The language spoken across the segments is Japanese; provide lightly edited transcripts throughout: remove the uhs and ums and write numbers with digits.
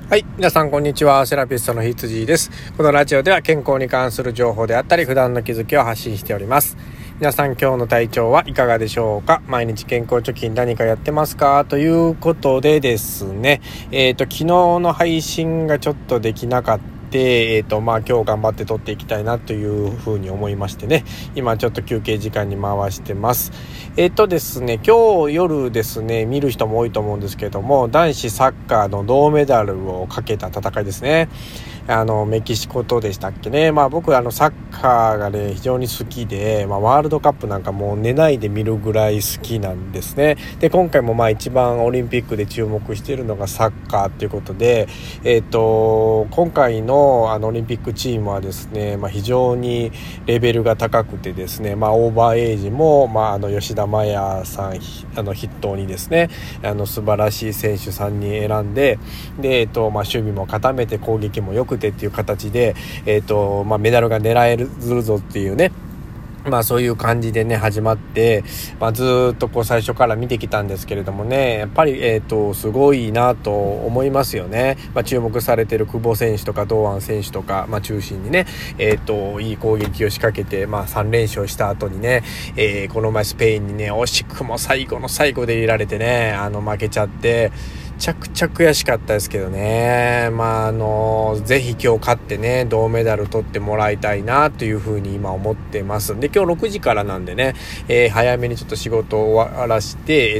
はい、皆さんこんにちは。セラピストの羊です。このラジオでは健康に関する情報であったり普段の気づきを発信しております。皆さん今日の体調はいかがでしょうか。毎日健康貯金何かやってますかということでですね、昨日の配信がちょっとできなかった今日頑張って撮っていきたいなというふうに思いましてね、今ちょっと休憩時間に回してます。ですね、今日夜ですね、見る人も多いと思うんですけども、男子サッカーの銅メダルをかけた戦いですね。メキシコとでしたっけね。僕サッカーがね非常に好きで、ワールドカップなんかもう寝ないで見るぐらい好きなんですね。で今回も一番オリンピックで注目しているのがサッカーということで、今回のオリンピックチームはですね、非常にレベルが高くてですね、オーバーエイジも、吉田麻也さん筆頭にですね、素晴らしい選手3人選んで、守備も固めて攻撃も良くてっていう形で、メダルが狙えるぞっていうね、そういう感じでね始まって、ずっと最初から見てきたんですけれどもね、やっぱりすごいなと思いますよね。注目されている久保選手とか堂安選手とか、中心にねいい攻撃を仕掛けて、3連勝した後にね、この前スペインにね惜しくも最後の最後で入れられてね負けちゃって、めちゃくちゃ悔しかったですけどね。ぜひ今日勝ってね銅メダル取ってもらいたいなというふうに今思ってますんで、今日6時からなんでね、早めにちょっと仕事を終わらして、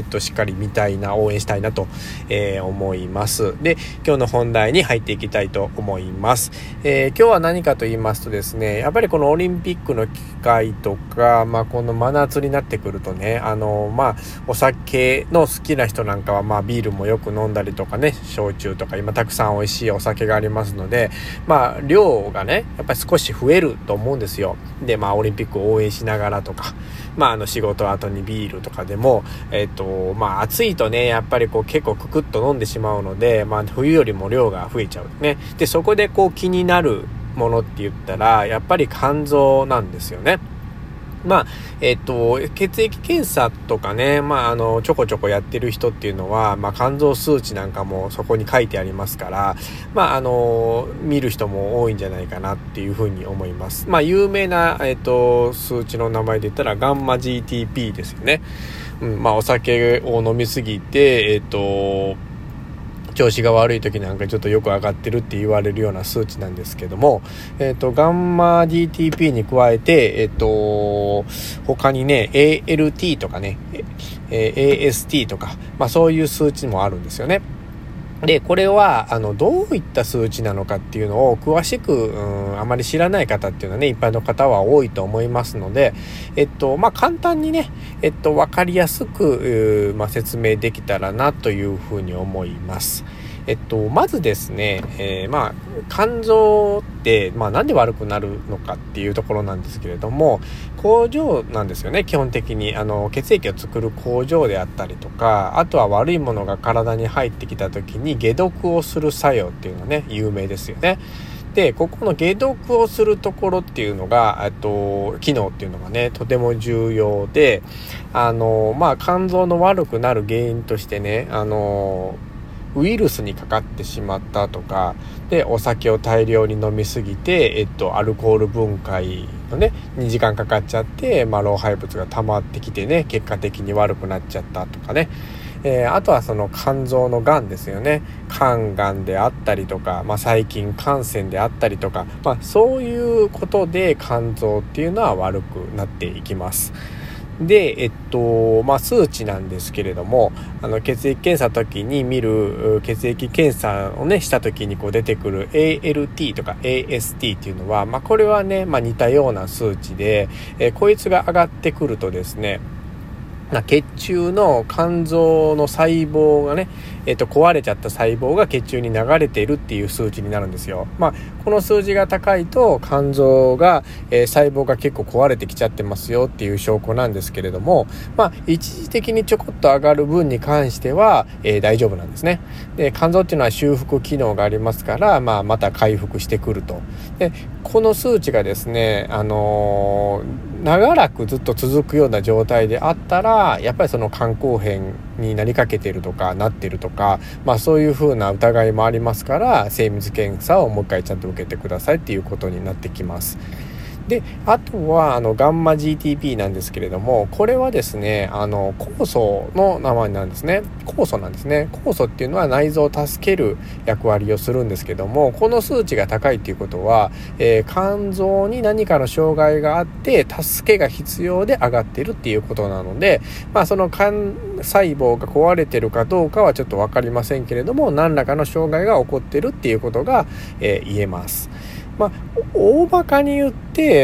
しっかり見たいな、応援したいなと、思います。で今日の本題に入っていきたいと思います。今日は何かと言いますとですね、やっぱりこのオリンピックの機会とか、この真夏になってくるとね、お酒の好きな人なんかはビールもよく飲んだりとかね、焼酎とか今たくさん美味しいお酒がありますので、量がねやっぱり少し増えると思うんですよ。でオリンピックを応援しながらとか、仕事後にビールとかでも暑いとねやっぱり結構ククッと飲んでしまうので、冬よりも量が増えちゃうね。でそこで気になるものって言ったらやっぱり肝臓なんですよね。血液検査とかね、ちょこちょこやってる人っていうのは、肝臓数値なんかもそこに書いてありますから、見る人も多いんじゃないかなっていうふうに思います。有名な、数値の名前で言ったらガンマ GTP ですよね。お酒を飲みすぎて、調子が悪い時なんかちょっとよく上がってるって言われるような数値なんですけども、ガンマ GTP に加えて、他にね ALT とかね、AST とか、そういう数値もあるんですよね。でこれはどういった数値なのかっていうのを詳しくあまり知らない方っていうのはね一般の方は多いと思いますので、簡単にね分かりやすく説明できたらなというふうに思います。まずですね、肝臓ってなんで悪くなるのかっていうところなんですけれども、工場なんですよね。基本的に血液を作る工場であったりとか、あとは悪いものが体に入ってきた時に解毒をする作用っていうのはね有名ですよね。でここの解毒をするところっていうのが機能っていうのがねとても重要で、肝臓の悪くなる原因としてねウイルスにかかってしまったとかで、お酒を大量に飲みすぎて、アルコール分解のね2時間かかっちゃって、老廃物が溜まってきてね結果的に悪くなっちゃったとかね、あとはその肝臓のがんですよね。肝がんであったりとか、細菌感染であったりとか、そういうことで肝臓っていうのは悪くなっていきます。で、数値なんですけれども、血液検査の時に見る血液検査をねした時に出てくる ALT とか AST っていうのは、これはね、似たような数値で、こいつが上がってくるとですね、血中の肝臓の細胞がね、壊れちゃった細胞が血中に流れているっていう数値になるんですよ。この数字が高いと肝臓が、細胞が結構壊れてきちゃってますよっていう証拠なんですけれども、一時的にちょこっと上がる分に関しては、大丈夫なんですね。で肝臓っていうのは修復機能がありますから、また回復してくると。でこの数値がですね、長らくずっと続くような状態であったらやっぱりその肝硬変になりかけてるとかなってるとか、そういう風な疑いもありますから、精密検査をもう一回ちゃんと受けてくださいっていうことになってきます。で、あとはガンマ GTP なんですけれども、これはですね、酵素の名前なんですね。酵素なんですね。酵素っていうのは内臓を助ける役割をするんですけども、この数値が高いっていうことは、肝臓に何かの障害があって助けが必要で上がっているっていうことなので、その肝細胞が壊れてるかどうかはちょっと分かりませんけれども、何らかの障害が起こっているっていうことが、言えます。大まかに言って、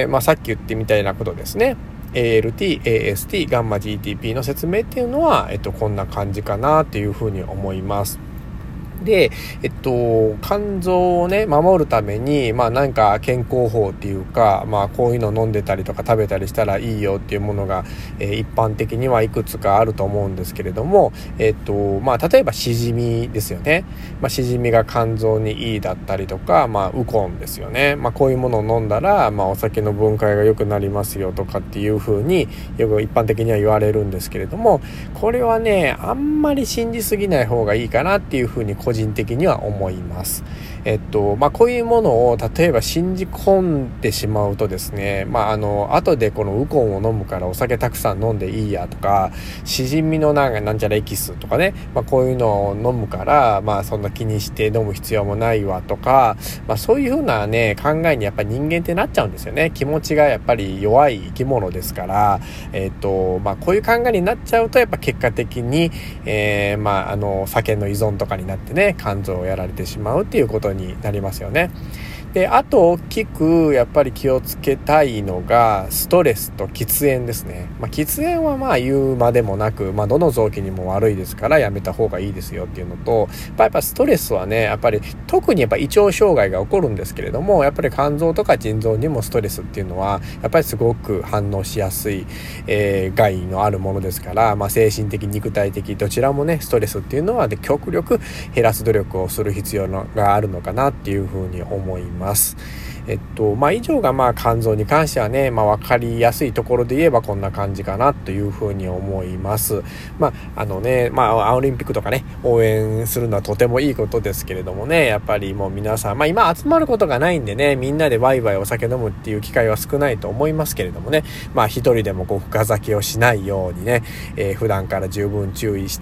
さっき言ってみたいなことですね。ALT、AST、ガンマ GTP の説明っていうのは、こんな感じかなっていうふうに思います。で、肝臓をね守るためになんか健康法っていうか、こういうの飲んでたりとか食べたりしたらいいよっていうものが、一般的にはいくつかあると思うんですけれども、例えばシジミですよね。シジミが肝臓にいいだったりとか、ウコンですよね。こういうものを飲んだら、お酒の分解が良くなりますよとかっていう風によく一般的には言われるんですけれども、これはねあんまり信じすぎない方がいいかなっていう風に個人的には思います。こういうものを例えば信じ込んでしまうとですね、後でこのウコンを飲むからお酒たくさん飲んでいいやとか、シジミのなんちゃらエキスとかね、こういうのを飲むからそんな気にして飲む必要もないわとか、そういう風なね考えにやっぱり人間ってなっちゃうんですよね。気持ちがやっぱり弱い生き物ですから、こういう考えになっちゃうとやっぱ結果的に、酒の依存とかになってね肝臓をやられてしまうっていうことになりますよね。で、あと大きくやっぱり気をつけたいのがストレスと喫煙ですね。喫煙は言うまでもなく、どの臓器にも悪いですからやめた方がいいですよっていうのと、やっぱストレスはねやっぱり特にやっぱ胃腸障害が起こるんですけれども、やっぱり肝臓とか腎臓にもストレスっていうのはやっぱりすごく反応しやすい、害のあるものですから、精神的肉体的どちらもねストレスっていうのは極力減らす努力をする必要があるのかなっていうふうに思います。以上が肝臓に関してはね、分かりやすいところで言えばこんな感じかなというふうに思います。オリンピックとかね応援するのはとてもいいことですけれどもね、やっぱりもう皆さん、今集まることがないんでね、みんなでワイワイお酒飲むっていう機会は少ないと思いますけれどもね、一人でも深酒をしないようにね、普段から十分注意して、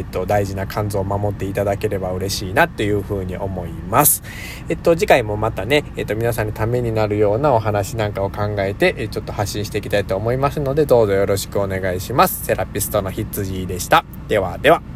大事な肝臓を守っていただければ嬉しいなというふうに思います。次回もまたね、皆さんのためになるようなお話なんかを考えて、ちょっと発信していきたいと思いますので、どうぞよろしくお願いします。セラピストのひつじでした。ではでは。